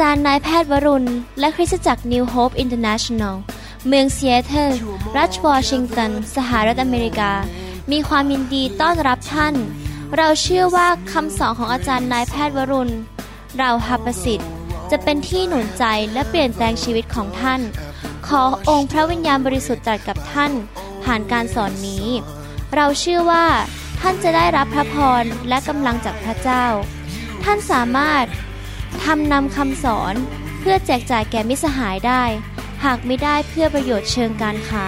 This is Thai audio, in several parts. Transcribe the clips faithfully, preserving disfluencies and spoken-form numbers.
จารย์นายแพทย์วรุณและคริสตจักร New Hope International เมืองซีแอตเทิลรัฐวอชิงตันสหรัฐอเมริกามีความยินดีต้อนรับท่านเราเชื่อว่าคำสอนของอาจารย์นายแพทย์วรุณเราหับประสิทธิ์จะเป็นที่หนุนใจและเปลี่ยนแปลงชีวิตของท่านขอองค์พระวิญญาณบริสุทธิ์ตรัสกับท่านผ่านการสอนนี้เราเชื่อว่าท่านจะได้รับพระพรและกำลังจากพระเจ้าท่านสามารถทำนำคำสอนเพื่อแจกจ่ายแก่มิตรสหายได้หากไม่ได้เพื่อประโยชน์เชิงการค้า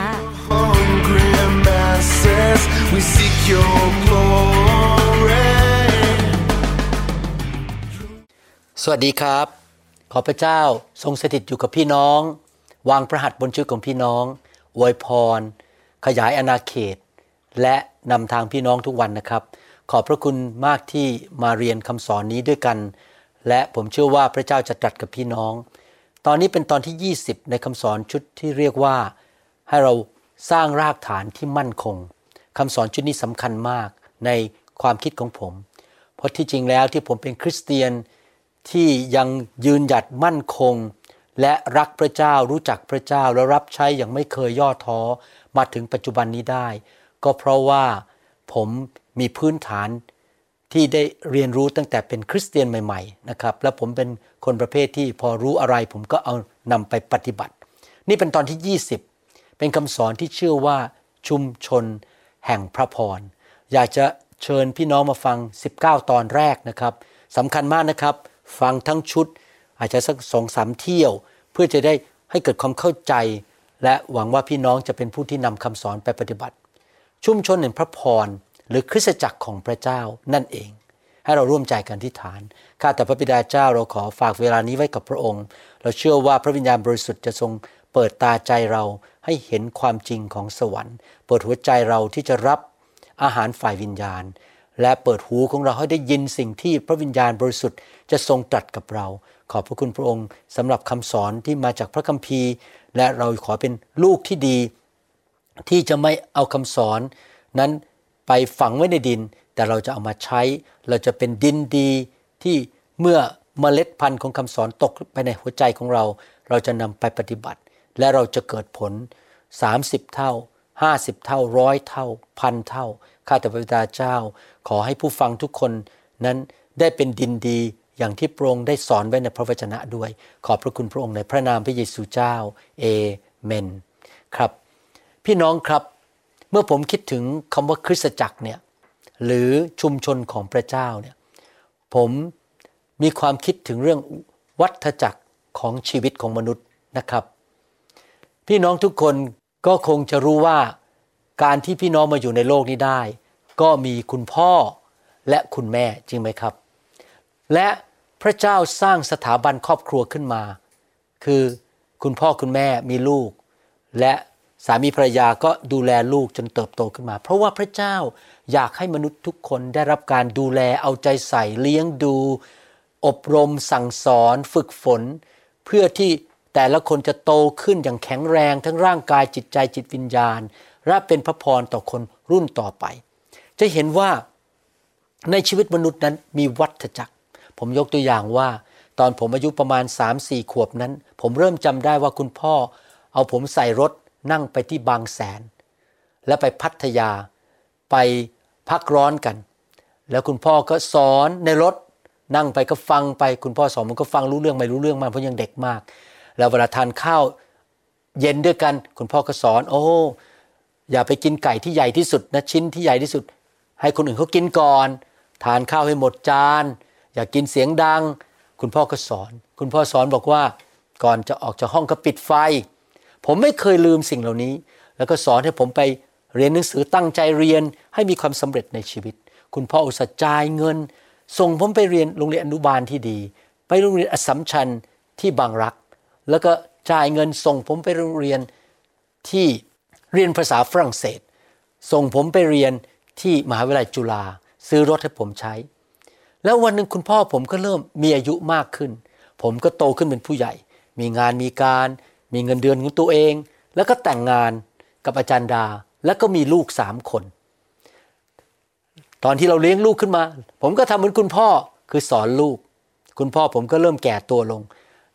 สวัสดีครับขอพระเจ้าทรงสถิตอยู่กับพี่น้องวางพระหัตถ์บนชีวิตของพี่น้องอวยพรขยายอาณาเขตและนำทางพี่น้องทุกวันนะครับขอบพระคุณมากที่มาเรียนคำสอนนี้ด้วยกันและผมเชื่อว่าพระเจ้าจะตรัสกับพี่น้องตอนนี้เป็นตอนที่ยี่สิบในคำสอนชุดที่เรียกว่าให้เราสร้างรากฐานที่มั่นคงคำสอนชุดนี้สำคัญมากในความคิดของผมเพราะที่จริงแล้วที่ผมเป็นคริสเตียนที่ยังยืนหยัดมั่นคงและรักพระเจ้ารู้จักพระเจ้าและรับใช้อย่างไม่เคยย่อท้อมาถึงปัจจุบันนี้ได้ก็เพราะว่าผมมีพื้นฐานที่ได้เรียนรู้ตั้งแต่เป็นคริสเตียนใหม่ๆนะครับและผมเป็นคนประเภทที่พอรู้อะไรผมก็เอานำไปปฏิบัตินี่เป็นตอนที่ยี่สิบเป็นคำสอนที่ชื่อว่าชุมชนแห่งพระพรอยากจะเชิญพี่น้องมาฟังสิบเก้าตอนแรกนะครับสำคัญมากนะครับฟังทั้งชุดอาจจะสัก สองสาม เที่ยวเพื่อจะได้ให้เกิดความเข้าใจและหวังว่าพี่น้องจะเป็นผู้ที่นำคำสอนไปปฏิบัติชุมชนแห่งพระพรหรือคริสตจักรของพระเจ้านั่นเองให้เราร่วมใจกันอธิษฐานข้าแต่พระบิดาเจ้าเราขอฝากเวลานี้ไว้กับพระองค์เราเชื่อว่าพระวิญญาณบริสุทธิ์จะทรงเปิดตาใจเราให้เห็นความจริงของสวรรค์เปิดหัวใจเราที่จะรับอาหารฝ่ายวิญญาณและเปิดหูของเราให้ได้ยินสิ่งที่พระวิญญาณบริสุทธิ์จะทรงตรัสกับเราขอบพระคุณพระองค์สำหรับคำสอนที่มาจากพระคัมภีร์และเราขอเป็นลูกที่ดีที่จะไม่เอาคำสอนนั้นไปฝังไว้ในดินแต่เราจะเอามาใช้เราจะเป็นดินดีที่เมื่อเมล็ดพันธุ์ของคำสอนตกไปในหัวใจของเราเราจะนำไปปฏิบัติและเราจะเกิดผลสามสิบเท่าห้าสิบเท่าร้อยเท่าพันเท่าข้าแต่พระบิดาเจ้าขอให้ผู้ฟังทุกคนนั้นได้เป็นดินดีอย่างที่พระองค์ได้สอนไว้ในพระวจนะด้วยขอบพระคุณพระองค์ในพระนามพระเยซูเจ้าเอเมนครับพี่น้องครับเมื่อผมคิดถึงคำว่าคริสตจักรเนี่ยหรือชุมชนของพระเจ้าเนี่ยผมมีความคิดถึงเรื่องวัฏจักรของชีวิตของมนุษย์นะครับพี่น้องทุกคนก็คงจะรู้ว่าการที่พี่น้องมาอยู่ในโลกนี้ได้ก็มีคุณพ่อและคุณแม่จริงไหมครับและพระเจ้าสร้างสถาบันครอบครัวขึ้นมาคือคุณพ่อคุณแม่มีลูกและสามีภรรยาก็ดูแลลูกจนเติบโตขึ้นมาเพราะว่าพระเจ้าอยากให้มนุษย์ทุกคนได้รับการดูแลเอาใจใส่เลี้ยงดูอบรมสั่งสอนฝึกฝนเพื่อที่แต่ละคนจะโตขึ้นอย่างแข็งแรงทั้งร่างกายจิตใจจิตวิญญาณและเป็นพระพรต่อคนรุ่นต่อไปจะเห็นว่าในชีวิตมนุษย์นั้นมีวัฏจักรผมยกตัวอย่างว่าตอนผมอายุประมาณ สามสี่ ขวบนั้นผมเริ่มจำได้ว่าคุณพ่อเอาผมใส่รถนั่งไปที่บางแสนแล้วไปพัทยาไปพักร้อนกันแล้วคุณพ่อก็สอนในรถนั่งไปก็ฟังไปคุณพ่อสอนมันก็ฟังรู้เรื่องไม่รู้เรื่องมากเพราะยังเด็กมากแล้วเวลาทานข้าวเย็นด้วยกันคุณพ่อก็สอนโอ้อย่าไปกินไก่ที่ใหญ่ที่สุดนะชิ้นที่ใหญ่ที่สุดให้คนอื่นเขากินก่อนทานข้าวให้หมดจานอย่ากินเสียงดังคุณพ่อก็สอนคุณพ่อสอนบอกว่าก่อนจะออกจากห้องก็ปิดไฟผมไม่เคยลืมสิ่งเหล่านี้แล้วก็สอนให้ผมไปเรียนหนังสือตั้งใจเรียนให้มีความสำเร็จในชีวิตคุณพ่ออุตส่าห์จ่ายเงินส่งผมไปเรียนโรงเรียนอนุบาลที่ดีไปโรงเรียนอัสสัมชัญที่บางรักแล้วก็จ่ายเงินส่งผมไปโรงเรียนที่เรียนภาษาฝรั่งเศสส่งผมไปเรียนที่มหาวิทยาลัยจุฬาซื้อรถให้ผมใช้แล้ววันหนึ่งคุณพ่อผมก็เริ่มมีอายุมากขึ้นผมก็โตขึ้นเป็นผู้ใหญ่มีงานมีการมีเงินเดือนของตัวเองแล้วก็แต่งงานกับอาจารย์ดาแล้วก็มีลูกสามคนตอนที่เราเลี้ยงลูกขึ้นมาผมก็ทำเหมือนคุณพ่อคือสอนลูกคุณพ่อผมก็เริ่มแก่ตัวลง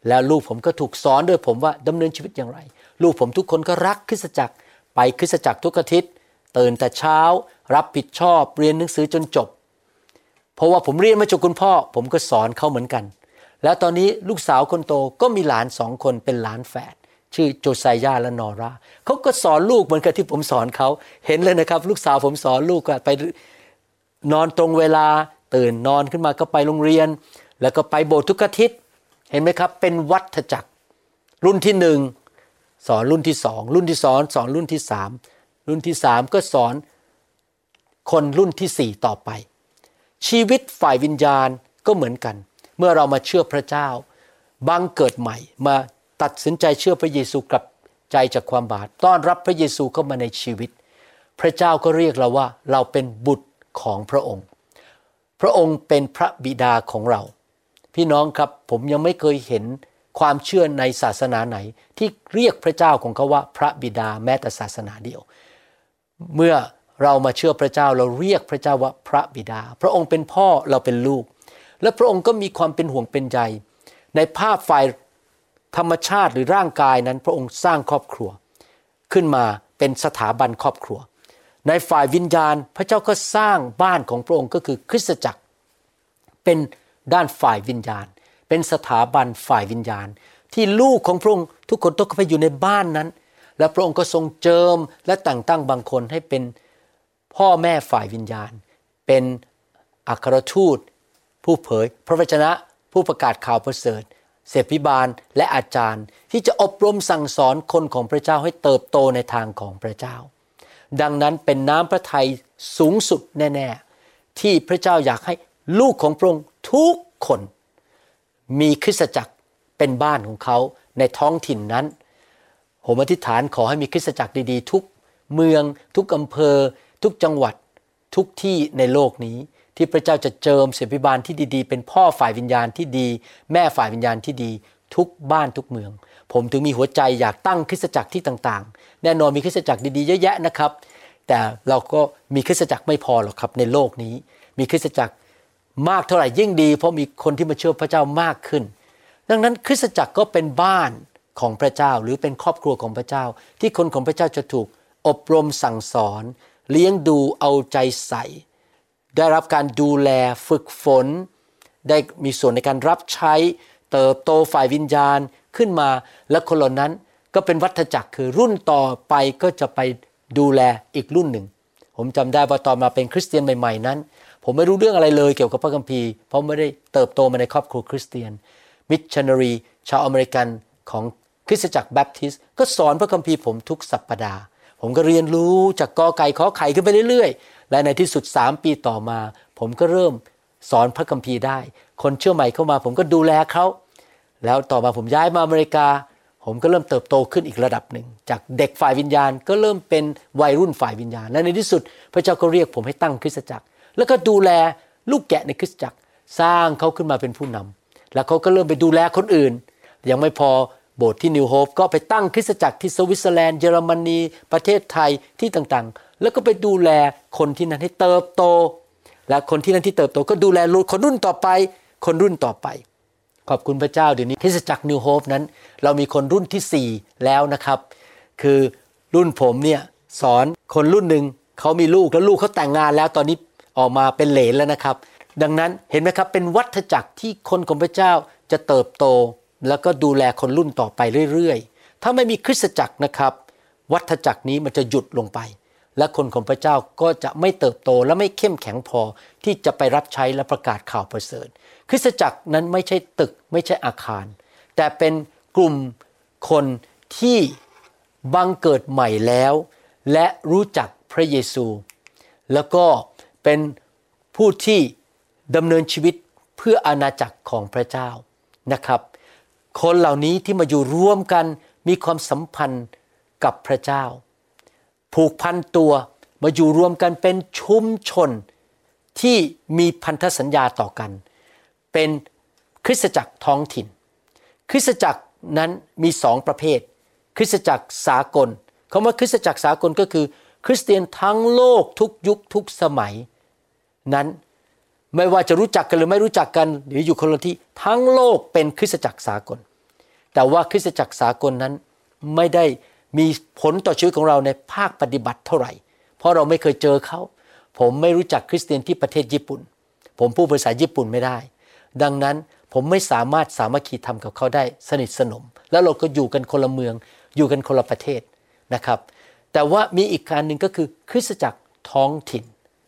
แล้วลูกผมก็ถูกสอนโดยผมว่าดำเนินชีวิตอย่างไรลูกผมทุกคนก็รักคริสตจักรไปคริสตจักรทุกอาทิตย์ตื่นแต่เช้ารับผิดชอบเรียนหนังสือจนจบเพราะว่าผมเรียนมาจากคุณพ่อผมก็สอนเขาเหมือนกันแล้วตอนนี้ลูกสาวคนโตก็มีหลานสองคนเป็นหลานแฝดชื่อโจไซยาและนอราเขาก็สอนลูกเหมือนกับที่ผมสอนเขาเห็นเลยนะครับลูกสาวผมสอนลูกก็ไปนอนตรงเวลาตื่นนอนขึ้นมาก็ไปโรงเรียนแล้วก็ไปโบสถ์ทุกอาทิตย์เห็นไหมครับเป็นวัฏจักรรุ่นที่หนึ่งสอนรุ่นที่สองรุ่นที่สองสอนรุ่นที่สามรุ่นที่สามก็สอนคนรุ่นที่สี่ต่อไปชีวิตฝ่ายวิญญาณก็เหมือนกันเมื่อเรามาเชื่อพระเจ้าบังเกิดใหม่มาตัดสินใจเชื่อพระเยซูกลับใจจากความบาปต้อนรับพระเยซูเข้ามาในชีวิตพระเจ้าก็เรียกเราว่าเราเป็นบุตรของพระองค์พระองค์เป็นพระบิดาของเราพี่น้องครับผมยังไม่เคยเห็นความเชื่อในศาสนาไหนที่เรียกพระเจ้าของเขาว่าพระบิดาแม้แต่ศาสนาเดียวเมื่อเรามาเชื่อพระเจ้าเราเรียกพระเจ้าว่าพระบิดาพระองค์เป็นพ่อเราเป็นลูกและพระองค์ก็มีความเป็นห่วงเป็นใยในภาพฝ่ายธรรมชาติหรือร่างกายนั้นพระองค์สร้างครอบครัวขึ้นมาเป็นสถาบันครอบครัวในฝ่ายวิญญาณพระเจ้าก็สร้างบ้านของพระองค์ก็คือคริสตจักรเป็นด้านฝ่ายวิญญาณเป็นสถาบันฝ่ายวิญญาณที่ลูกของพระองค์ทุกคนต้องเข้าไปอยู่ในบ้านนั้นและพระองค์ก็ทรงเจิมและแต่งตั้งบางคนให้เป็นพ่อแม่ฝ่ายวิญญาณเป็นอัครทูตผู้เผยพระวจนะผู้ประกาศข่าวประเสริฐเสพิบาลและอาจารย์ที่จะอบรมสั่งสอนคนของพระเจ้าให้เติบโตในทางของพระเจ้าดังนั้นเป็นน้ำพระทัยสูงสุดแน่ๆที่พระเจ้าอยากให้ลูกของพระองค์ทุกคนมีคริสตจักรเป็นบ้านของเขาในท้องถิ่นนั้นผมอธิษฐานขอให้มีคริสตจักรดีๆทุกเมืองทุกอำเภอทุกจังหวัดทุกที่ในโลกนี้ที่พระเจ้าจะเจิมศิษยาภิบาลที่ดีๆเป็นพ่อฝ่ายวิญญาณที่ดีแม่ฝ่ายวิญญาณที่ดีทุกบ้านทุกเมืองผมถึงมีหัวใจอยากตั้งคริสตจักรที่ต่างๆแน่นอนมีคริสตจักรดีๆเยอะแยะนะครับแต่เราก็มีคริสตจักรไม่พอหรอกครับในโลกนี้มีคริสตจักรมากเท่าไหร่ยิ่งดีเพราะมีคนที่มาเชื่อพระเจ้ามากขึ้นดังนั้นคริสตจักรก็เป็นบ้านของพระเจ้าหรือเป็นครอบครัวของพระเจ้าที่คนของพระเจ้าจะถูกอบรมสั่งสอนเลี้ยงดูเอาใจใส่ได้รับการดูแลฝึกฝนได้มีส่วนในการรับใช้เติบโตฝ่ายวิญญาณขึ้นมาและคนเหล่านั้นก็เป็นวัฏจักรคือรุ่นต่อไปก็จะไปดูแลอีกรุ่นหนึ่งผมจำได้ว่าตอนมาเป็นคริสเตียนใหม่ๆนั้นผมไม่รู้เรื่องอะไรเลยเกี่ยวกับพระคัมภีร์เพราะไม่ได้เติบโตมาในครอบครัวคริสเตียนมิชชันนารีชาวอเมริกันของคริสตจักรแบปทิสต์ก็สอนพระคัมภีร์ผมทุกสัปดาห์ผมก็เรียนรู้จากกอไก่ขอไข่ขึ้นไปเรื่อยๆและในที่สุดสามปีต่อมาผมก็เริ่มสอนพระคัมภีร์ได้คนเชื่อใหม่เข้ามาผมก็ดูแลเขาแล้วต่อมาผมย้ายมาอเมริกาผมก็เริ่มเติบโตขึ้นอีกระดับหนึ่งจากเด็กฝ่ายวิญญาณก็เริ่มเป็นวัยรุ่นฝ่ายวิญญาณและในที่สุดพระเจ้าก็เรียกผมให้ตั้งคริสตจักรแล้วก็ดูแลลูกแกะในคริสตจักรสร้างเขาขึ้นมาเป็นผู้นำแล้วเขาก็เริ่มไปดูแลคนอื่นยังไม่พอโบสถ์ที่นิวโฮปก็ไปตั้งคริสตจักรที่สวิตเซอร์แลนด์เยอรมนีประเทศไทยที่ต่างๆแล้วก็ไปดูแลคนที่นั้นให้เติบโตและคนที่นั้นที่เติบโตก็ดูแลคนรุ่นต่อไปคนรุ่นต่อไปขอบคุณพระเจ้าเดี๋ยวนี้คริสตจักรนิวโฮปนั้นเรามีคนรุ่นที่สี่แล้วนะครับคือรุ่นผมเนี่ยสอนคนรุ่นหนึ่งเขามีลูกแล้วลูกเขาแต่งงานแล้วตอนนี้ออกมาเป็นเหลนแล้วนะครับดังนั้นเห็นไหมครับเป็นวัฏจักรที่คนของพระเจ้าจะเติบโตแล้วก็ดูแลคนรุ่นต่อไปเรื่อยๆถ้าไม่มีคริสตจักรนะครับวัฏจักรนี้มันจะหยุดลงไปและคนของพระเจ้าก็จะไม่เติบโตและไม่เข้มแข็งพอที่จะไปรับใช้และประกาศข่าวประเสริฐคริสตจักรนั้นไม่ใช่ตึกไม่ใช่อาคารแต่เป็นกลุ่มคนที่บังเกิดใหม่แล้วและรู้จักพระเยซูแล้วก็เป็นผู้ที่ดำเนินชีวิตเพื่ออาณาจักรของพระเจ้านะครับคนเหล่านี้ที่มาอยู่ร่วมกันมีความสัมพันธ์กับพระเจ้าผูกพันตัวมาอยู่รวมกันเป็นชุมชนที่มีพันธสัญญาต่อกันเป็นคริสตจักรท้องถิ่นคริสตจักรนั้นมีสองประเภทคริสตจักรสากลคำว่าคริสตจักรสากลก็คือคริสเตียนทั้งโลกทุกยุคทุกสมัยนั้นไม่ว่าจะรู้จักกันหรือไม่รู้จักกันหรืออยู่คนละที่ทั้งโลกเป็นคริสตจักรสากลแต่ว่าคริสตจักรสากลนั้นไม่ได้มีผลต่อชีวิตของเราในภาคปฏิบัติเท่าไหร่เพราะเราไม่เคยเจอเขาผมไม่รู้จักคริสเตียนที่ประเทศญี่ปุ่นผมพูดภาษาญี่ปุ่นไม่ได้ดังนั้นผมไม่สามารถสามัคคีธรรมกับเขาได้สนิทสนมแล้วเราก็อยู่กันคนละเมืองอยู่กันคนละประเทศนะครับแต่ว่ามีอีกการหนึ่งก็คือคริสตจักรท้องถิ่น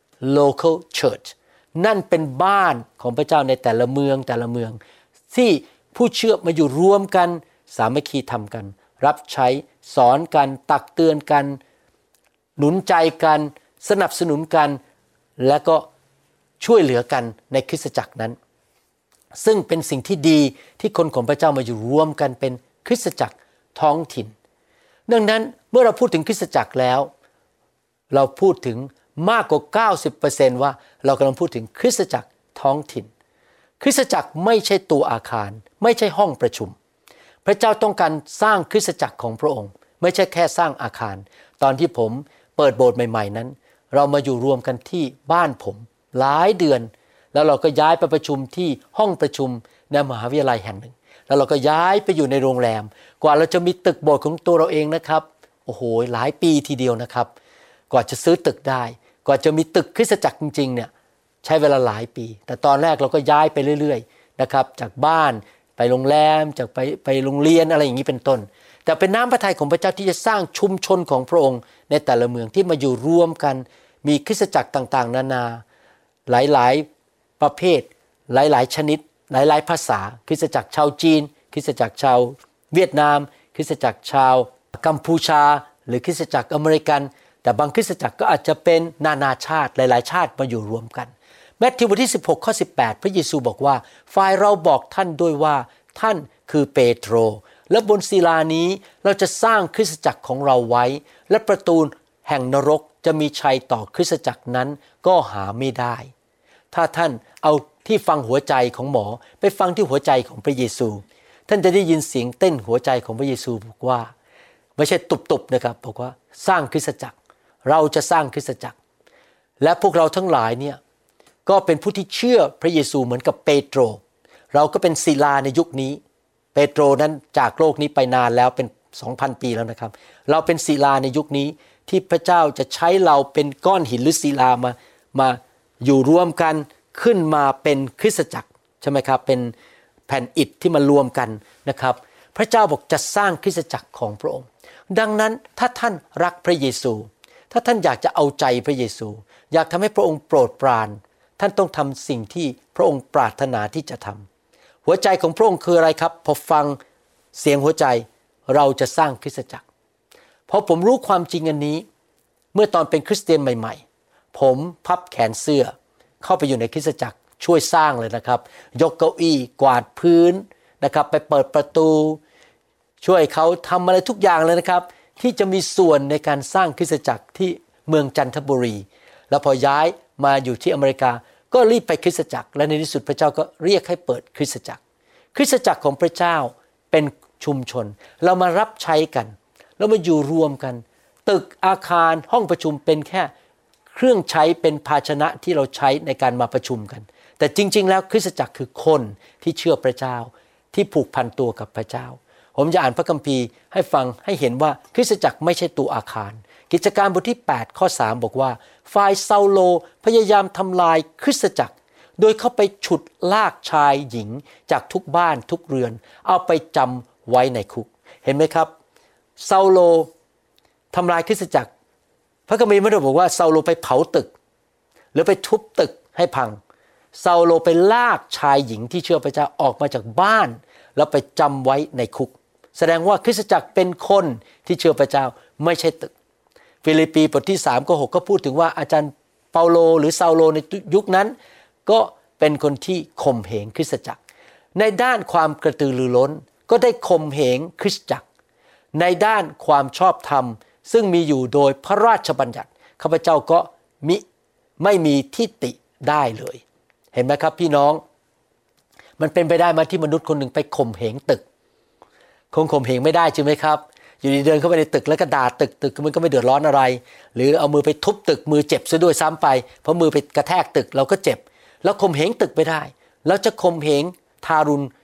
local church นั่นเป็นบ้านของพระเจ้าในแต่ละเมืองแต่ละเมืองที่ผู้เชื่อมาอยู่รวมกันสามัคคีธรรมกันรับใช้สอนกันตักเตือนกันหนุนใจกันสนับสนุนกันและก็ช่วยเหลือกันในคริสตจักรนั้นซึ่งเป็นสิ่งที่ดีที่คนของพระเจ้ามาอยู่รวมกันเป็นคริสตจักรท้องถิ่นดังนั้นเมื่อเราพูดถึงคริสตจักรแล้วเราพูดถึงมากกว่า เก้าสิบเปอร์เซ็นต์ ว่าเรากำลังพูดถึงคริสตจักรท้องถิ่นคริสตจักรไม่ใช่ตัวอาคารไม่ใช่ห้องประชุมพระเจ้าต้องการสร้างคริสตจักรของพระองค์ไม่ใช่แค่สร้างอาคารตอนที่ผมเปิดโบสถ์ใหม่ๆนั้นเรามาอยู่รวมกันที่บ้านผมหลายเดือนแล้วเราก็ย้ายไปประชุมที่ห้องประชุมในมหาวิทยาลัยแห่งหนึ่งแล้วเราก็ย้ายไปอยู่ในโรงแรมกว่าเราจะมีตึกโบสถ์ของตัวเราเองนะครับโอ้โหหลายปีทีเดียวนะครับกว่าจะซื้อตึกได้กว่าจะมีตึกคริสตจักรจริงๆเนี่ยใช้เวลาหลายปีแต่ตอนแรกเราก็ย้ายไปเรื่อยๆนะครับจากบ้านไปโรงแรมจากไปไปโรงเรียนอะไรอย่างนี้เป็นต้นแต่เป็นน้ำพระทัยของพระเจ้าที่จะสร้างชุมชนของพระองค์ในแต่ละเมืองที่มาอยู่รวมกันมีคริสตจักรต่างๆนานาหลายๆประเภทหลายๆชนิดหลายๆภาษาคริสตจักรชาวจีนคริสตจักรชาวเวียดนามคริสตจักรชาวกัมพูชาหรือคริสตจักรอเมริกันแต่บางคริสตจักรก็อาจจะเป็นนานาชาติหลายๆชาติมาอยู่รวมกันมัทธิวบทที่สิบหกข้อสิบแปดพระเยซูบอกว่าฝ่ายเราบอกท่านด้วยว่าท่านคือเปโตรและบนศิลานี้เราจะสร้างคริสตจักรของเราไว้และประตูแห่งนรกจะมีชัยต่อคริสตจักรนั้นก็หาไม่ได้ถ้าท่านเอาที่ฟังหัวใจของหมอไปฟังที่หัวใจของพระเยซูท่านจะได้ยินเสียงเต้นหัวใจของพระเยซูบอกว่าไม่ใช่ตุบๆนะครับบอกว่าสร้างคริสตจักรเราจะสร้างคริสตจักรและพวกเราทั้งหลายเนี่ยก็เป็นผู้ที่เชื่อพระเยซูเหมือนกับเปโตรเราก็เป็นศิลาในยุคนี้เปโตรนั้นจากโลกนี้ไปนานแล้วเป็น สองพัน ปีแล้วนะครับเราเป็นศิลาในยุคนี้ที่พระเจ้าจะใช้เราเป็นก้อนหินหรือศิลามามาอยู่รวมกันขึ้นมาเป็นคริสตจักรใช่ไหมครับเป็นแผ่นอิฐที่มารวมกันนะครับพระเจ้าบอกจะสร้างคริสตจักรของพระองค์ดังนั้นถ้าท่านรักพระเยซูถ้าท่านอยากจะเอาใจพระเยซูอยากทำให้พระองค์โปรดปรานท่านต้องทำสิ่งที่พระองค์ปรารถนาที่จะทำหัวใจของพระองค์คืออะไรครับพอฟังเสียงหัวใจเราจะสร้างคริสตจักรพอผมรู้ความจริงอันนี้เมื่อตอนเป็นคริสเตียนใหม่ๆผมพับแขนเสื้อเข้าไปอยู่ในคริสตจักรช่วยสร้างเลยนะครับยกเก้าอี้กวาดพื้นนะครับไปเปิดประตูช่วยเขาทำอะไรทุกอย่างเลยนะครับที่จะมีส่วนในการสร้างคริสตจักรที่เมืองจันทบุรีแล้วพอย้ายมาอยู่ที่อเมริกาก็รีบไปคริสตจักรและในที่สุดพระเจ้าก็เรียกให้เปิดคริสตจักรคริสตจักรของพระเจ้าเป็นชุมชนเรามารับใช้กันแล้วมาอยู่รวมกันตึกอาคารห้องประชุมเป็นแค่เครื่องใช้เป็นภาชนะที่เราใช้ในการมาประชุมกันแต่จริงๆแล้วคริสตจักรคือคนที่เชื่อพระเจ้าที่ผูกพันตัวกับพระเจ้าผมจะอ่านพระคัมภีร์ให้ฟังให้เห็นว่าคริสตจักรไม่ใช่ตัวอาคารกิจการบทที่แปดข้อสามบอกว่าฝ่ายเซาโลพยายามทำลายคริสตจักรโดยเข้าไปฉุดลากชายหญิงจากทุกบ้านทุกเรือนเอาไปจำไว้ในคุกเห็นไหมครับเซาโลทำลายคริสตจักรพระคัมภีร์ไม่ได้บอกว่าเซาโลไปเผาตึกหรือไปทุบตึกให้พังเซาโลไปลากชายหญิงที่เชื่อพระเจ้าออกมาจากบ้านแล้วไปจำไว้ในคุกแสดงว่าคริสตจักรเป็นคนที่เชื่อพระเจ้าไม่ใช่ตึกฟิลิปปีบทที่สามข้อหกก็พูดถึงว่าอาจารย์เปาโลหรือเซาโลในยุคนั้นก็เป็นคนที่ข่มเหงคริสตจักรในด้านความกระตือรือร้นก็ได้ข่มเหงคริสตจักรในด้านความชอบธรรมซึ่งมีอยู่โดยพระราชบัญญัติข้าพเจ้าก็มิไม่มีทิฏฐิได้เลยเห็นไหมครับพี่น้องมันเป็นไปได้มาที่มนุษย์คนหนึ่งไปข่มเหงตึกคงข่มเหงไม่ได้ใช่ไหมครับอยู่ดีเดินเข้าไปในตึกแล้วก็ด่าตึกตึกมันก็ไม่เดือดร้อนอะไรหรือเอามือไปทุบตึกมือเจ็บซะด้วยซ้ำไปเพราะมือไปกระแทกตึกเราก็เจ็บแล้วข่มเหงตึกไม่ได้แล้วจะข่มเหงทารุณ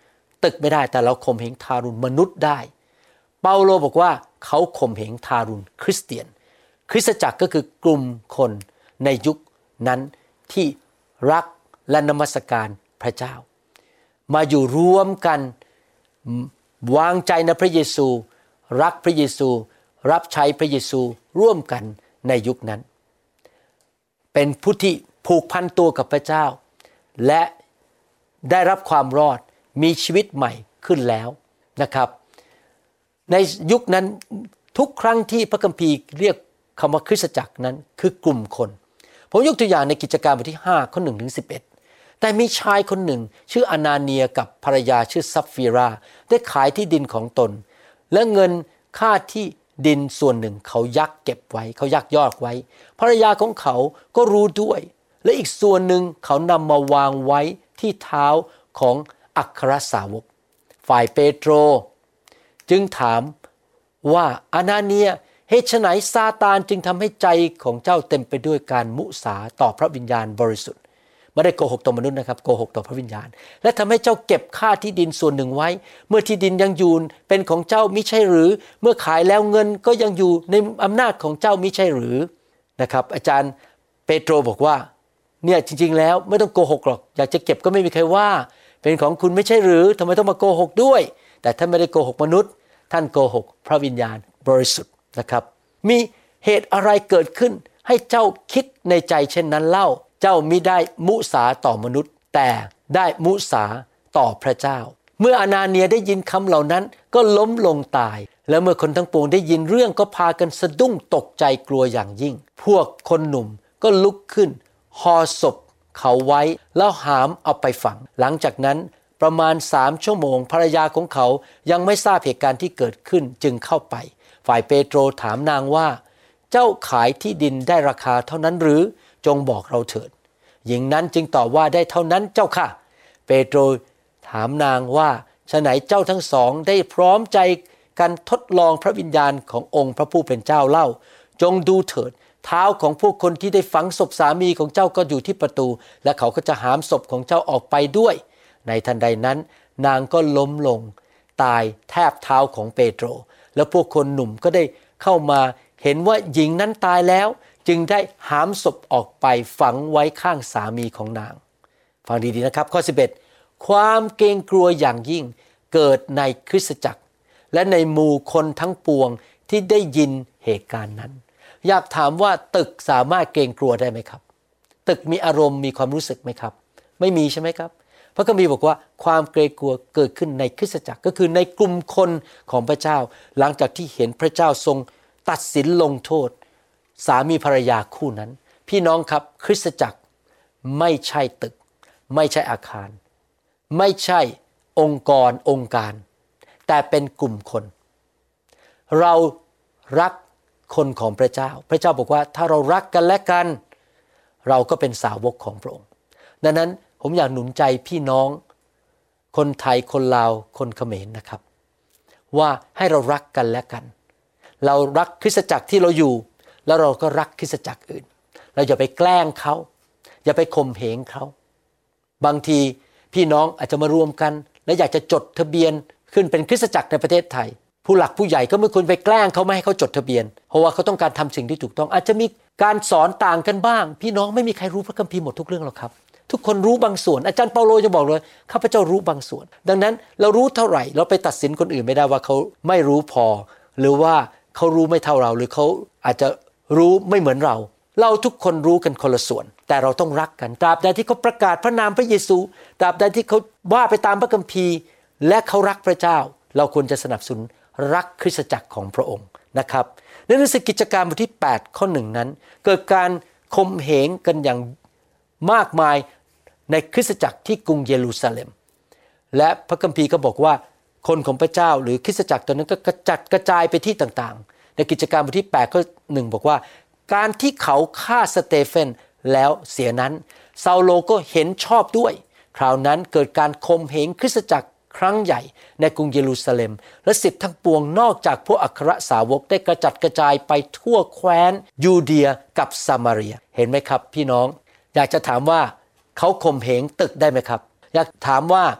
ตึกไม่ได้แต่เราข่มเหงทารุณมนุษย์ได้เปาโลบอกว่าเขาข่มเหงทารุณคริสเตียนคริสตจักรก็คือกลุ่มคนในยุคนั้นที่รักและนมัสการพระเจ้ามาอยู่รวมกันวางใจในพระเยซูรักพระเยซูรับใช้พระเยซูร่วมกันในยุคนั้นเป็นผู้ที่ผูกพันตัวกับพระเจ้าและได้รับความรอดมีชีวิตใหม่ขึ้นแล้วนะครับในยุคนั้นทุกครั้งที่พระคัมภีร์เรียกคำว่าคริสตจักรนั้นคือกลุ่มคนผมยกตัวอย่างในกิจการบทที่ห้าข้อหนึ่งถึงสิบเอ็ดแต่มีชายคนหนึ่งชื่ออนาเนียกับภรรยาชื่อซัฟฟีราได้ขายที่ดินของตนและเงินค่าที่ดินส่วนหนึ่งเขายักเก็บไว้เขายักยอกไว้ภรรยาของเขาก็รู้ด้วยและอีกส่วนหนึ่งเขานำมาวางไว้ที่เท้าของอัครสาวกฝ่ายเปโตรจึงถามว่าอานาเนียเหตุไฉนซาตานจึงทำให้ใจของเจ้าเต็มไปด้วยการมุสาต่อพระวิญญาณบริสุทธิ์ไม่ได้โกหกต่อมนุษย์นะครับโกหกต่อพระวิญญาณและทำให้เจ้าเก็บค่าที่ดินส่วนหนึ่งไว้เมื่อที่ดินยังอยู่เป็นของเจ้ามิใช่หรือเมื่อขายแล้วเงินก็ยังอยู่ในอำนาจของเจ้ามิใช่หรือนะครับอาจารย์เปโตรบอกว่าเนี่ยจริงๆแล้วไม่ต้องโกหกหรอกอยากจะเก็บก็ไม่มีใครว่าเป็นของคุณไม่ใช่หรือทำไมต้องมาโกหกด้วยแต่ท่านไม่ได้โกหกมนุษย์ท่านโกหกพระวิญญาณบริสุทธิ์นะครับมีเหตุอะไรเกิดขึ้นให้เจ้าคิดในใจเช่นนั้นเล่าเจ้ามิได้มุสาต่อมนุษย์แต่ได้มุสาต่อพระเจ้าเมื่ออานาเนียได้ยินคำเหล่านั้นก็ล้มลงตายและเมื่อคนทั้งปวงได้ยินเรื่องก็พากันสะดุ้งตกใจกลัวอย่างยิ่งพวกคนหนุ่มก็ลุกขึ้นห่อศพเขาไว้แล้วหามเอาไปฝังหลังจากนั้นประมาณสามชั่วโมงภรรยาของเขายังไม่ทราบเหตุการณ์ที่เกิดขึ้นจึงเข้าไปฝ่ายเปโตรถามนางว่าเจ้าขายที่ดินได้ราคาเท่านั้นหรือจงบอกเราเถิดหญิงนั้นจึงตอบว่าได้เท่านั้นเจ้าค่ะเปโตรถามนางว่าฉะไหนเจ้าทั้งสองได้พร้อมใจกันทดลองพระวิญญาณขององค์พระผู้เป็นเจ้าเล่าจงดูเถิดเท้าของพวกคนที่ได้ฝังศพสามีของเจ้าก็อยู่ที่ประตูและเขาก็จะหามศพของเจ้าออกไปด้วยในทันใดนั้นนางก็ล้มลงตายแทบเท้าของเปโตรแล้วพวกคนหนุ่มก็ได้เข้ามาเห็นว่าหญิงนั้นตายแล้วจึงได้หามศพออกไปฝังไว้ข้างสามีของนางฟังดีๆนะครับข้อสิบเอ็ดความเกรงกลัวอย่างยิ่งเกิดในคริสตจักรและในหมู่คนทั้งปวงที่ได้ยินเหตุการณ์นั้นอยากถามว่าตึกสามารถเกรงกลัวได้ไหมครับตึกมีอารมณ์มีความรู้สึกไหมครับไม่มีใช่ไหมครับพระคัมภีร์บอกว่าความเกรงกลัวเกิดขึ้นในคริสตจักรก็คือในกลุ่มคนของพระเจ้าหลังจากที่เห็นพระเจ้าทรงตัดสินลงโทษสามีภรรยาคู่นั้นพี่น้องครับคริสตจักรไม่ใช่ตึกไม่ใช่อาคารไม่ใช่องค์กรองค์การแต่เป็นกลุ่มคนเรารักคนของพระเจ้าพระเจ้าบอกว่าถ้าเรารักกันและกันเราก็เป็นสาวกของพระองค์ดังนั้นผมอยากหนุนใจพี่น้องคนไทยคนลาวคนเขมรนะครับว่าให้เรารักกันและกันเรารักคริสตจักรที่เราอยู่แล้วเราก็รักคริสตจักรอื่นเราอย่าไปแกล้งเขาอย่าไปข่มเหงเขาบางทีพี่น้องอาจจะมารวมกันและอยากจะจดทะเบียนขึ้นเป็นคริสตจักรในประเทศไทยผู้หลักผู้ใหญ่ก็ไม่ควรไปแกล้งเขาไม่ให้เขาจดทะเบียนเพราะว่าเขาต้องการทำสิ่งที่ถูกต้องอาจจะมีการสอนต่างกันบ้างพี่น้องไม่มีใครรู้พระคัมภีร์หมดทุกเรื่องหรอกครับทุกคนรู้บางส่วนอาจารย์เปาโลจะบอกเลยข้าพเจ้ารู้บางส่วนดังนั้นเรารู้เท่าไหร่เราไปตัดสินคนอื่นไม่ได้ว่าเขาไม่รู้พอหรือว่าเขารู้ไม่เท่าเราหรือเขาอาจจะรู้ไม่เหมือนเราเราทุกคนรู้กันคนละส่วนแต่เราต้องรักกันตราบใดที่เขาประกาศพระนามพระเยซูตราบใดที่เขาว่าไปตามพระคัมภีร์และเขารักพระเจ้าเราควรจะสนับสนุนรักคริสตจักรของพระองค์นะครับในหนังสือกิจการบทที่แปดข้อหนึ่งนั้นเกิดการข่มเหงกันอย่างมากมายในคริสตจักรที่กรุงเยรูซาเล็มและพระคัมภีร์ก็บอกว่าคนของพระเจ้าหรือคริสตจักรตัวนั้นก็กระจัดกระจายไปที่ต่างๆในกิจการบทที่แปดข้อหนึ่งบอกว่าการที่เขาฆ่าสเตเฟนแล้วเสียนั้นซาโลก็เห็นชอบด้วยคราวนั้นเกิดการข่มเหงคริสตจักรครั้งใหญ่ในกรุงเยรูซาเล็มและศิษย์ทั้งปวงนอกจากพวกอัครสาวกได้กระจัดกระจายไปทั่วแคว้นยูเดียกับซามาเรียเห็นไหมครับพี่น้องอยากจะถามว่าเขาข่มเหงตึกได้ไหมครับอยากถามว่า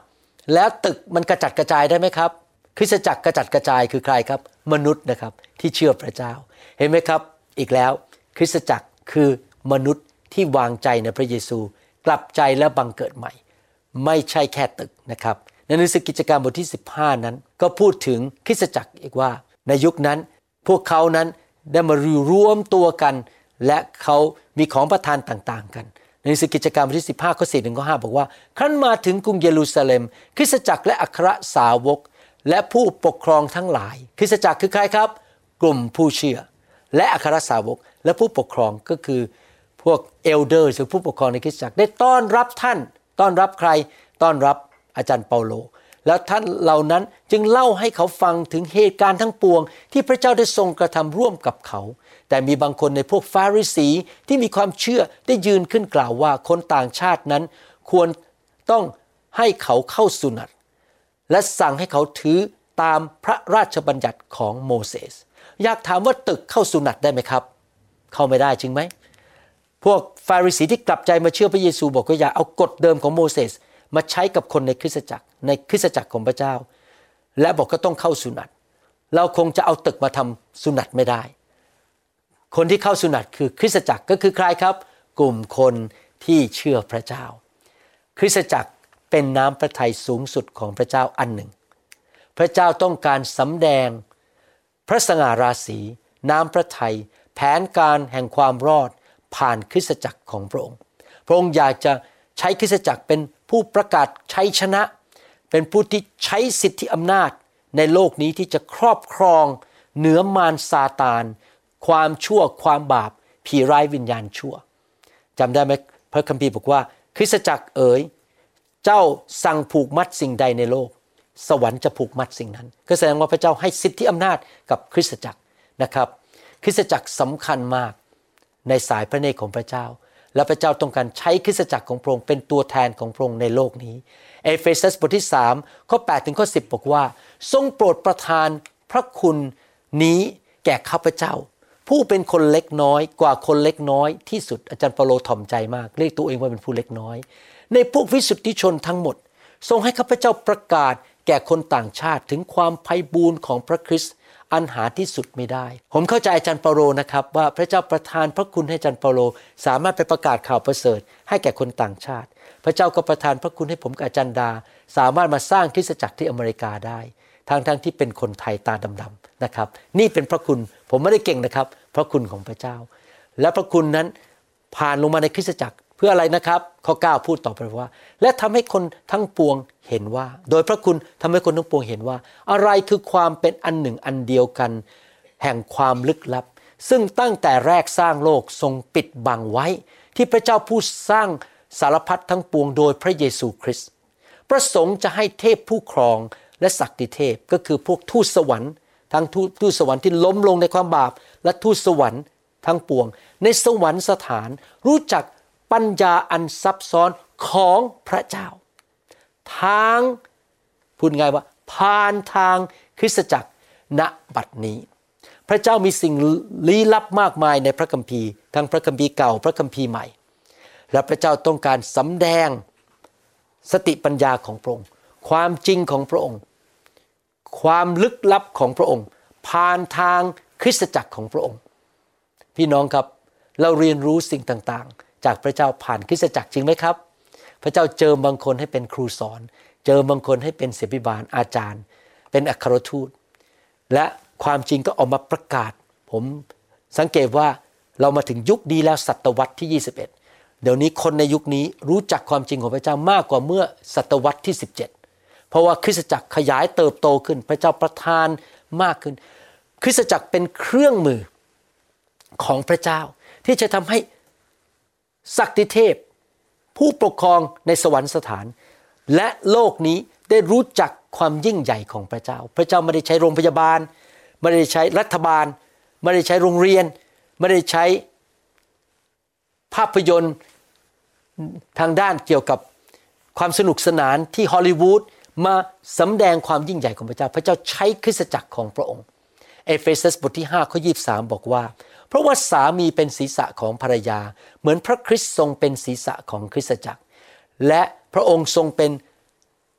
แล้วตึกมันกระจัดกระจายได้ไหมครับคริสตจักรกระจัดกระจายคือใครครับมนุษย์นะครับที่เชื่อพระเจ้าเห็นไหมครับอีกแล้วคริสตจักรคือมนุษย์ที่วางใจในพระเยซูกลับใจและบังเกิดใหม่ไม่ใช่แค่ตึกนะครับในหนังสือกิจการบทที่สิบห้านั้นก็พูดถึงคริสตจักรอีกว่าในยุคนั้นพวกเขานั้นได้มารวมตัวกันและเขามีของประทานต่างๆกันในหนังสือกิจการบทที่สิบห้าข้อสี่ถึงข้อห้าบอกว่าครั้นมาถึงกรุงเยรูซาเล็มคริสตจักรและอัครสาวกและผู้ปกครองทั้งหลายคริสตจักรคือใครครับกลุ่มผู้เชื่อและอัครสาวกและผู้ปกครองก็คือพวกเอลเดอร์หรือผู้ปกครองในคริสตจักรได้ต้อนรับท่านต้อนรับใครต้อนรับอาจารย์เปาโลแล้วท่านเหล่านั้นจึงเล่าให้เขาฟังถึงเหตุการณ์ทั้งปวงที่พระเจ้าได้ทรงกระทำร่วมกับเขาแต่มีบางคนในพวกฟาริสีที่มีความเชื่อได้ยืนขึ้นกล่าวว่าคนต่างชาตินั้นควรต้องให้เขาเข้าสุนัตและสั่งให้เขาถือตามพระราชบัญญัติของโมเสสอยากถามว่าตึกเข้าสุนัตได้ไหมครับเข้าไม่ได้จริงไหมพวกฟาริสีที่กลับใจมาเชื่อพระเยซูบอกว่าอย่าเอากฎเดิมของโมเสสมาใช้กับคนในคริสตจักรในคริสตจักรของพระเจ้าและบอกก็ต้องเข้าสุนัตเราคงจะเอาตึกมาทำสุนัตไม่ได้คนที่เข้าสุนัตคือคริสตจักรก็คือใครครับกลุ่มคนที่เชื่อพระเจ้าคริสตจักรเป็นน้ำพระทัยสูงสุดของพระเจ้าอันหนึ่งพระเจ้าต้องการสำแดงพระสง่าราศีน้ำพระทัยแผนการแห่งความรอดผ่านคริสตจักรของพระองค์พระองค์อยากจะใช้คริสตจักรเป็นผู้ประกาศชัยชนะเป็นผู้ที่ใช้สิทธิอำนาจในโลกนี้ที่จะครอบครองเหนือมารซาตานความชั่วความบาปผีร้ายวิญญาณชั่วจำได้ไหมพระคัมภีร์บอกว่าคริสตจักรเอ๋ยเจ้าสั่งผูกมัดสิ่งใดในโลกสวรรค์จะผูกมัดสิ่งนั้นก็แสดงว่าพระเจ้าให้สิทธิอำนาจกับคริสตจักรนะครับคริสตจักรสำคัญมากในสายพระเนตรของพระเจ้าและพระเจ้าต้องการใช้คริสตจักรของพระองค์เป็นตัวแทนของพระองค์ในโลกนี้เอเฟซัสบทที่สามข้อแปดถึงข้อสิบบอกว่าทรงโปรดประทานพระคุณนี้แก่ข้าพเจ้าผู้เป็นคนเล็กน้อยกว่าคนเล็กน้อยที่สุดอาจารย์เปาโลถ่อมใจมากเรียกตัวเองว่าเป็นผู้เล็กน้อยในพวกวิสุทธิชนทั้งหมดทรงให้ข้าพเจ้าประกาศแก่คนต่างชาติถึงความไพบูลย์ของพระคริสต์อันหาที่สุดไม่ได้ผมเข้าใจอาจารย์เปาโลนะครับว่าพระเจ้าประทานพระคุณให้อาจารย์เปาโลสามารถไปประกาศข่าวประเสริฐให้แก่คนต่างชาติพระเจ้าก็ประทานพระคุณให้ผมกับอาจารย์ดาสามารถมาสร้างคริสตจักรที่อเมริกาได้ทั้งๆที่เป็นคนไทยตาดำๆนะครับนี่เป็นพระคุณผมไม่ได้เก่งนะครับพระคุณของพระเจ้าและพระคุณนั้นผ่านลงมาในคริสตจักรเพื่ออะไรนะครับข้อเก้าพูดต่อไปว่าและทำให้คนทั้งปวงเห็นว่าโดยพระคุณทำให้คนทั้งปวงเห็นว่าอะไรคือความเป็นอันหนึ่งอันเดียวกันแห่งความลึกลับซึ่งตั้งแต่แรกสร้างโลกทรงปิดบังไว้ที่พระเจ้าผู้สร้างสารพัดทั้งปวงโดยพระเยซูคริสต์ประสงค์จะให้เทพผู้ครองและศักดิเทพก็คือพวกทูตสวรรค์ทั้งทูตสวรรค์ที่ล้มลงในความบาปและทูตสวรรค์ทั้งปวงในสวรรค์สถานรู้จักปัญญาอันซับซ้อนของพระเจ้าทางพูดง่ายว่าผ่านทางคริสตจักรณบัดนี้พระเจ้ามีสิ่งลี้ลับมากมายในพระคัมภีร์ทั้งพระคัมภีร์เก่าพระคัมภีร์ใหม่และพระเจ้าต้องการสำแดงสติปัญญาของพระองค์ความจริงของพระองค์ความลึกลับของพระองค์ผ่านทางคริสตจักรของพระองค์พี่น้องครับเราเรียนรู้สิ่งต่างๆจากพระเจ้าผ่านคริสตจักรจริงไหมครับพระเจ้าเจิมบางคนให้เป็นครูสอนเจิมบางคนให้เป็นศิษยาบาลอาจารย์เป็นอัครทูตและความจริงก็ออกมาประกาศผมสังเกตว่าเรามาถึงยุคนี้แล้วศตวรรษที่ยี่สิบเอ็ดเดี๋ยวนี้คนในยุคนี้รู้จักความจริงของพระเจ้ามากกว่าเมื่อศตวรรษที่สิบเจ็ดเพราะว่าคริสตจักรขยายเติบโตขึ้นพระเจ้าประทานมากขึ้นคริสตจักรเป็นเครื่องมือของพระเจ้าที่จะทำให้ศักดิเทพผู้ปกครองในสวรรคสถานและโลกนี้ได้รู้จักความยิ่งใหญ่ของพระเจ้าพระเจ้าไม่ได้ใช้โรงพยาบาลไม่ได้ใช้รัฐบาลไม่ได้ใช้โรงเรียนไม่ได้ใช้ภาพยนตร์ทางด้านเกี่ยวกับความสนุกสนานที่ฮอลลีวูดมาสำแดงความยิ่งใหญ่ของพระเจ้าพระเจ้าใช้คริสตจักรของพระองค์เอเฟซัสบทที่ห้าข้อยี่สิบสามบอกว่าเพราะว่าสามีเป็นศีรษะของภรรยาเหมือนพระคริสต์ทรงเป็นศีรษะของคริสตจักรและพระองค์ทรงเป็น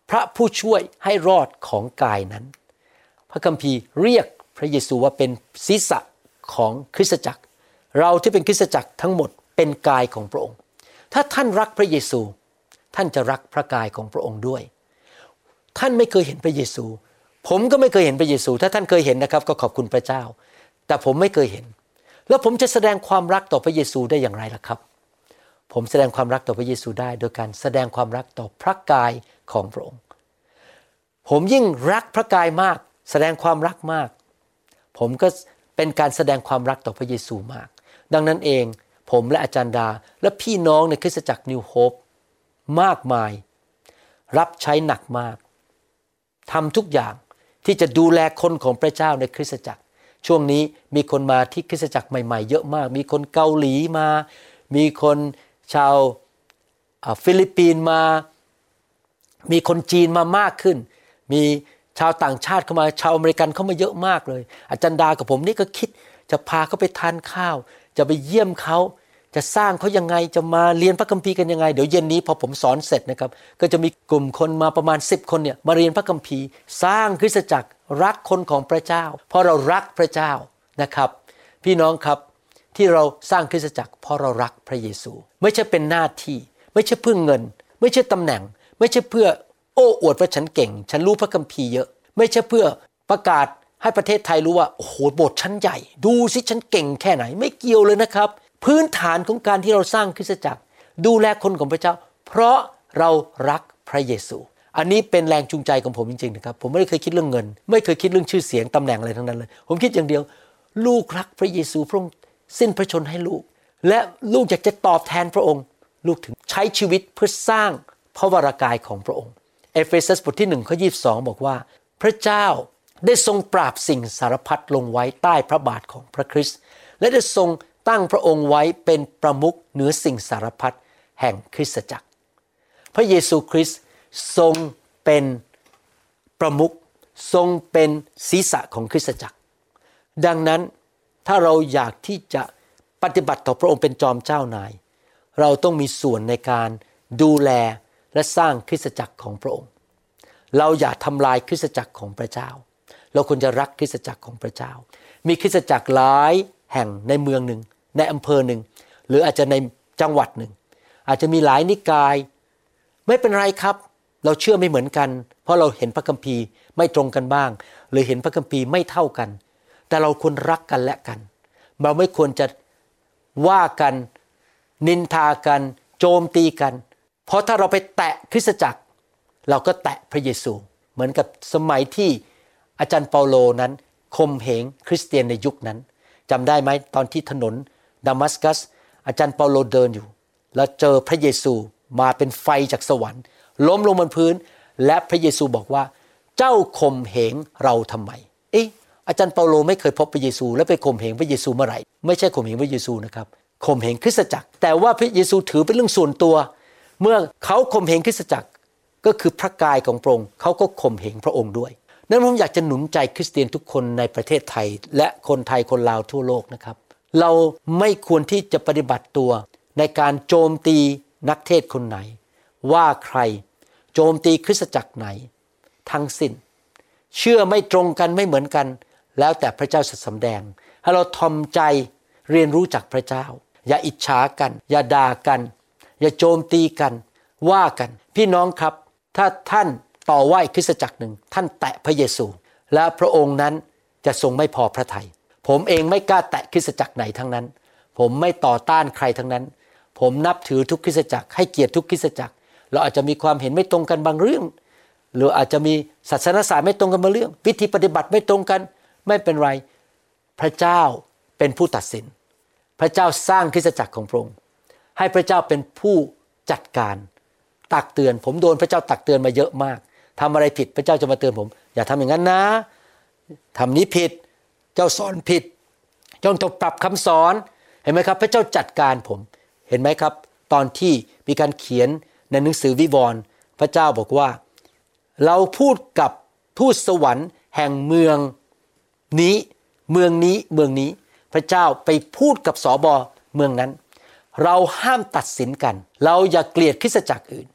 พระผู้ช่วยให้รอดของกายนั้นพระคัมภีร์เรียกพระเยซูว่าเป็นศีรษะของคริสตจักรเราที่เป็นคริสตจักรทั้งหมดเป็นกายของพระองค์ถ้าท่านรักพระเยซูท่านจะรักพระกายของพระองค์ด้วยท่านไม่เคยเห็นพระเยซูผมก็ไม่เคยเห็นพระเยซูถ้าท่านเคยเห็นนะครับก็ขอบคุณพระเจ้าแต่ผมไม่เคยเห็นแล้วผมจะแสดงความรักต่อพระเยซูได้อย่างไรล่ะครับผมแสดงความรักต่อพระเยซูได้โดยการแสดงความรักต่อพระกายของพระองค์ผมยิ่งรักพระกายมากแสดงความรักมากผมก็เป็นการแสดงความรักต่อพระเยซูมากดังนั้นเองผมและอาจารย์ดาและพี่น้องในคริสตจักรนิวโฮปมากมายรับใช้หนักมากทำทุกอย่างที่จะดูแลคนของพระเจ้าในคริสตจักรช่วงนี้มีคนมาที่คริสตจักรใหม่ๆเยอะมากมีคนเกาหลีมามีคนชาวฟิลิปปินส์มามีคนจีนมามากขึ้นมีชาวต่างชาติเข้ามาชาวอเมริกันเข้ามาเยอะมากเลยอาจารย์ดากับผมนี่ก็คิดจะพาเขาไปทานข้าวจะไปเยี่ยมเขาจะสร้างเขายังไงจะมาเรียนพระคัมภีร์กันยังไงเดี๋ยวเย็นนี้พอผมสอนเสร็จนะครับก็จะมีกลุ่มคนมาประมาณสิบคนเนี่ยมาเรียนพระคัมภีร์สร้างคริสตจักรรักคนของพระเจ้าเพราะเรารักพระเจ้านะครับพี่น้องครับที่เราสร้างคริสตจักรเพราะเรารักพระเยซูไม่ใช่เป็นหน้าที่ไม่ใช่เพื่อเงินไม่ใช่ตำแหน่งไม่ใช่เพื่อโอ้อวดว่าฉันเก่งฉันรู้พระคัมภีร์เยอะไม่ใช่เพื่อประกาศให้ประเทศไทยรู้ว่าโอ้โหโบสถ์ชั้นใหญ่ดูสิฉันเก่งแค่ไหนไม่เกี่ยวเลยนะครับพื้นฐานของการที่เราสร้างคริสตจักรดูแลคนของพระเจ้าเพราะเรารักพระเยซูอันนี้เป็นแรงจูงใจของผมจริงๆนะครับผมไม่ได้เคยคิดเรื่องเงินไม่เคยคิดเรื่องชื่อเสียงตำแหน่งอะไรทั้งนั้นเลยผมคิดอย่างเดียวลูกรักพระเยซูพระองค์สิ้นพระชนให้ลูกและลูกอยากจะตอบแทนพระองค์ลูกถึงใช้ชีวิตเพื่อสร้างพระวรากายของพระองค์เอเฟซัสบทที่หนึ่งข้อยี่สิบสองบอกว่าพระเจ้าได้ทรงปราบสิ่งสารพัดลงไว้ใต้พระบาทของพระคริสต์และได้ทรงตั้งพระองค์ไว้เป็นประมุขเหนือสิ่งสารพัดแห่งคริสตจักรพระเยซูคริสต์ทรงเป็นประมุขทรงเป็นศีรษะของคริสตจักรดังนั้นถ้าเราอยากที่จะปฏิบัติต่อพระองค์เป็นจอมเจ้านายเราต้องมีส่วนในการดูแลและสร้างคริสตจักรของพระองค์เราอย่าทำลายคริสตจักรของพระเจ้าเราควรจะรักคริสตจักรของพระเจ้ามีคริสตจักรหลายแห่งในเมืองหนึ่งในอำเภอหนึ่งหรืออาจจะในจังหวัดหนึ่งอาจจะมีหลายนิกายไม่เป็นไรครับเราเชื่อไม่เหมือนกันเพราะเราเห็นพระคัมภีร์ไม่ตรงกันบ้างหรือเห็นพระคัมภีร์ไม่เท่ากันแต่เราควรรักกันและกันเราไม่ควรจะว่ากันนินทากันโจมตีกันเพราะถ้าเราไปแตะคริสตจักรเราก็แตะพระเยซูเหมือนกับสมัยที่อาจารย์เปาโลนั้นข่มเหงคริสเตียนในยุคนั้นจำได้ไหมตอนที่ถนนดามัสกัสอาจารย์เปาโลเดินอยู่แล้วเจอพระเยซูมาเป็นไฟจากสวรรค์ล้มลงบนพื้นและพระเยซูบอกว่าเจ้าข่มเหงเราทำไมเอ๊ะอาจารย์เปาโลไม่เคยพบพระเยซูแล้วไปข่มเหงพระเยซูเมื่อไหร่ไม่ใช่ข่มเหงพระเยซูนะครับข่มเหงคริสตจักรแต่ว่าพระเยซูถือเป็นเรื่องส่วนตัวเมื่อเขาข่มเหงคริสตจักรก็คือพระกายของพระองค์เขาก็ข่มเหงพระองค์ด้วยนั้นผมอยากจะหนุนใจคริสเตียนทุกคนในประเทศไทยและคนไทยคนลาวทั่วโลกนะครับเราไม่ควรที่จะปฏิบัติตัวในการโจมตีนักเทศคนไหนว่าใครโจมตีคริสตจักรไหนทั้งสิ้นเชื่อไม่ตรงกันไม่เหมือนกันแล้วแต่พระเจ้าจะสำแดงให้เราทอมใจเรียนรู้จากพระเจ้าอย่าอิจฉากันอย่าด่ากันอย่าโจมตีกันว่ากันพี่น้องครับถ้าท่านต่อว่าคริสตจักรหนึ่งท่านแตะพระเยซูและพระองค์นั้นจะทรงไม่พอพระทัยผมเองไม่กล้าแตะคริสตจักรไหนทั้งนั้นผมไม่ต่อต้านใครทั้งนั้นผมนับถือทุกคริสตจักรให้เกียรติทุกคริสตจักรเราอาจจะมีความเห็นไม่ตรงกันบางเรื่องหรืออาจจะมีศาสนศาสตร์ไม่ตรงกันบางเรื่องวิธีปฏิบัติไม่ตรงกันไม่เป็นไรพระเจ้าเป็นผู้ตัดสินพระเจ้าสร้างคริสตจักรของพระองค์ให้พระเจ้าเป็นผู้จัดการตักเตือนผมโดนพระเจ้าตักเตือนมาเยอะมากทำอะไรผิดพระเจ้าจะมาเตือนผมอย่าทำอย่างนั้นนะทำนี้ผิดเจ้าสอนผิดเจ้าต้องปรับคำสอนเห็นไหมครับพระเจ้าจัดการผมเห็นไหมครับตอนที่มีการเขียนในหนังสือวิวรณ์พระเจ้าบอกว่าเราพูดกับทูตสวรรค์แห่งเมืองนี้เมืองนี้เมืองนี้พระเจ้าไปพูดกับสบเมืองนั้นเราห้ามตัดสินกันเราอย่าเกลียดคริสตจักรอื่น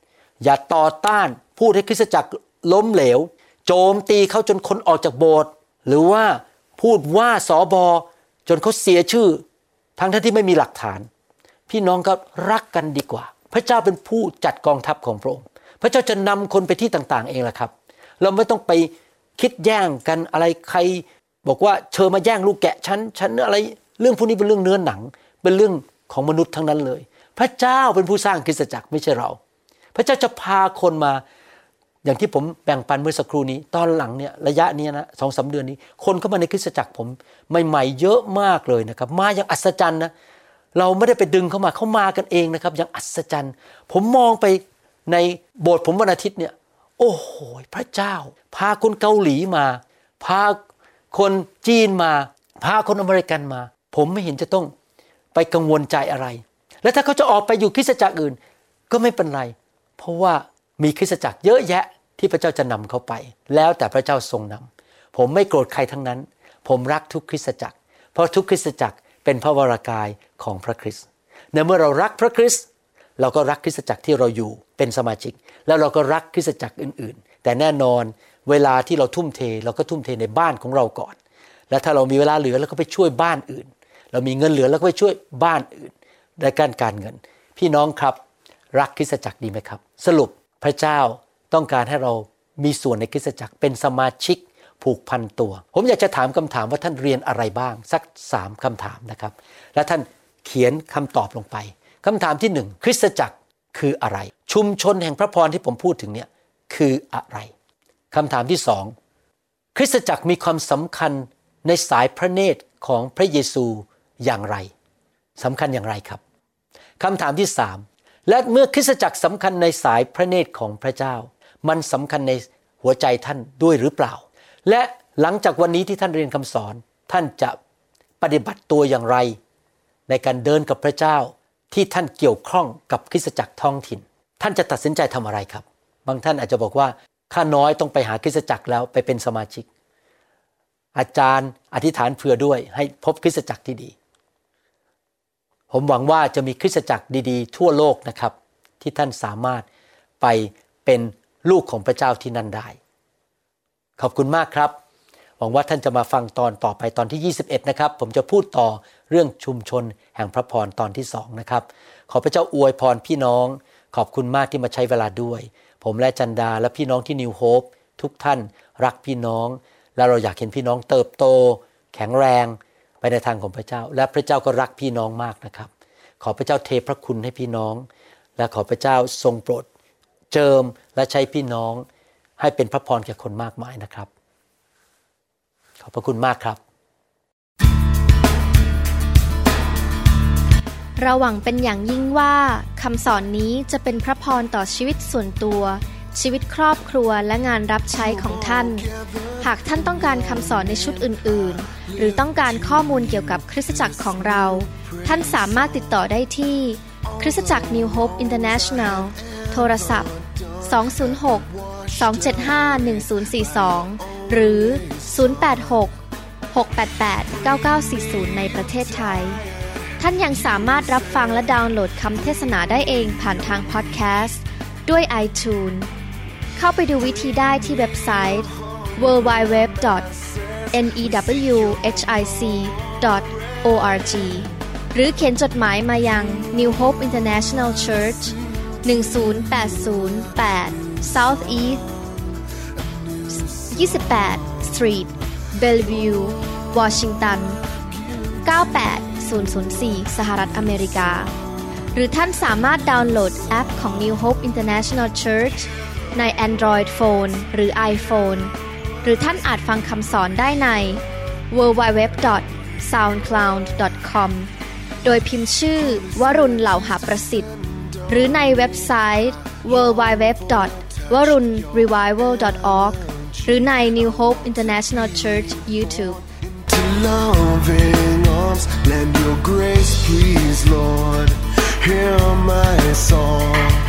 อย่าต่อต้านพูดให้คริสตจักรล้มเหลวโจมตีเขาจนคนออกจากโบสถ์หรือว่าพูดว่าสบจนเขาเสียชื่อทั้งที่ไม่มีหลักฐานพี่น้องก็รักกันดีกว่าพระเจ้าเป็นผู้จัดกองทัพของพระองค์พระเจ้าจะนำคนไปที่ต่างๆเองแหละครับเราไม่ต้องไปคิดแย่งกันอะไรใครบอกว่าเชิญมาแย่งลูกแกะฉันฉันอะไรเรื่องพวกนี้เป็นเรื่องเนื้อหนังเป็นเรื่องของมนุษย์ทั้งนั้นเลยพระเจ้าเป็นผู้สร้างคริสตจักรไม่ใช่เราพระเจ้าจะพาคนมาอย่างที่ผมแบ่งปันเมื่อสักครู่นี้ตอนหลังเนี่ยระยะนี้นะ สองถึงสาม เดือนนี้คนเข้ามาในคริสตจักรผมใหม่ๆเยอะมากเลยนะครับมาอย่างอัศจรรย์นะเราไม่ได้ไปดึงเข้ามาเข้ามากันเองนะครับอย่างอัศจรรย์ผมมองไปในโบสถ์ผมวันอาทิตย์เนี่ยโอ้โหพระเจ้าพาคนเกาหลีมาพาคนจีนมาพาคนอเมริกันมาผมไม่เห็นจะต้องไปกังวลใจอะไรและถ้าเขาจะออกไปอยู่คริสตจักรอื่นก็ไม่เป็นไรเพราะว่ามีคริสตจักรเยอะแยะที่พระเจ้าจะนำเขาไปแล้วแต่พระเจ้าทรงนำผมไม่โกรธใครทั้งนั้นผมรักทุกคริสตจักรเพราะทุกคริสตจักรเป็นพระวรากายของพระคริสต์ในเมื่อเรารักพระคริสต์เราก็รักคริสตจักรที่เราอยู่เป็นสมาชิกแล้วเราก็รักคริสตจักรอื่นๆแต่แน่นอนเวลาที่เราทุ่มเทเราก็ทุ่มเทในบ้านของเราก่อนและถ้าเรามีเวลาเหลือเราก็ไปช่วยบ้านอื่นเรามีเงินเหลือแล้วก็ไปช่วยบ้านอื่นในการการเงินพี่น้องครับรักคริสตจักรดีไหมครับสรุปพระเจ้าต้องการให้เรามีส่วนในคริสตจักรเป็นสมาชิกผูกพันตัวผมอยากจะถามคำถามว่าท่านเรียนอะไรบ้างสักสามคำถามนะครับและท่านเขียนคำตอบลงไปคำถามที่หนึ่งคริสตจักรคืออะไรชุมชนแห่งพระพรที่ผมพูดถึงเนี่ยคืออะไรคำถามที่สองคริสตจักรมีความสำคัญในสายพระเนตรของพระเยซูอย่างไรสำคัญอย่างไรครับคำถามที่สามและเมื่อคริสตจักรสำคัญในสายพระเนตรของพระเจ้ามันสำคัญในหัวใจท่านด้วยหรือเปล่าและหลังจากวันนี้ที่ท่านเรียนคำสอนท่านจะปฏิบัติตัวอย่างไรในการเดินกับพระเจ้าที่ท่านเกี่ยวข้องกับคริสตจักรท้องถิ่นท่านจะตัดสินใจทำอะไรครับบางท่านอาจจะบอกว่าข้าน้อยต้องไปหาคริสตจักรแล้วไปเป็นสมาชิกอาจารย์อธิษฐานเผื่อด้วยให้พบคริสตจักรที่ดีผมหวังว่าจะมีคริสตจักรดีๆทั่วโลกนะครับที่ท่านสามารถไปเป็นลูกของพระเจ้าที่นั่นได้ขอบคุณมากครับหวังว่าท่านจะมาฟังตอนต่อไปตอนที่ยี่สิบเอ็ดนะครับผมจะพูดต่อเรื่องชุมชนแห่งพระพรตอนที่สองนะครับขอพระเจ้าอวยพรพี่น้องขอบคุณมากที่มาใช้เวลาด้วยผมและจันดาและพี่น้องที่นิวโฮปทุกท่านรักพี่น้องและเราอยากเห็นพี่น้องเติบโตแข็งแรงไปในทางของพระเจ้าและพระเจ้าก็รักพี่น้องมากนะครับขอพระเจ้าเทพระคุณให้พี่น้องและขอพระเจ้าทรงโปรดเจิมและใช้พี่น้องให้เป็นพระพรแก่คนมากมายนะครับขอบพระคุณมากครับเราหวังเป็นอย่างยิ่งว่าคำสอนนี้จะเป็นพระพรต่อชีวิตส่วนตัวชีวิตครอบครัวและงานรับใช้ของท่านหากท่านต้องการคำสอนในชุดอื่นๆหรือต้องการข้อมูลเกี่ยวกับคริสตจักรของเราท่านสามารถติดต่อได้ที่คริสตจักร New Hope International โทรศัพท์สอง ศูนย์ หก สอง เจ็ด ห้า หนึ่ง ศูนย์ สี่ สองหรือศูนย์ แปด หก หก แปด แปด เก้า เก้า สี่ ศูนย์ในประเทศไทยท่านยังสามารถรับฟังและดาวน์โหลดคำเทศนาได้เองผ่านทางพอดแคสต์ด้วย iTunes เข้าไปดูวิธีได้ที่เว็บไซต์ ดับเบิลยู ดับเบิลยู ดับเบิลยู ดอท เอ็น อี ดับเบิลยู เอช ไอ ซี ดอท โอ อาร์ จี หรือเขียนจดหมายมายัง New Hope International Church หนึ่ง ศูนย์ แปด ศูนย์ แปด South East ยี่สิบแปด Street Bellevue Washington เก้า แปด ศูนย์ ศูนย์ สี่ สหรัฐอเมริกาหรือท่านสามารถดาวน์โหลดแอปของ New Hope International Church ใน Android Phone หรือ iPhone หรือท่านอาจฟังคำสอนได้ใน ดับเบิลยู ดับเบิลยู ดับเบิลยู ดอท ซาวด์คลาวด์ ดอท คอม โดยพิมพ์ชื่อวรุณเหล่าหาประสิทธิ์หรือในเว็บไซต์ ดับเบิลยู ดับเบิลยู ดับเบิลยู ดอท วรุณ รีไววัล ดอท ออร์ก หรือใน New Hope International Church YouTube To loving arms, lend your grace, please, Lord. Hear my song.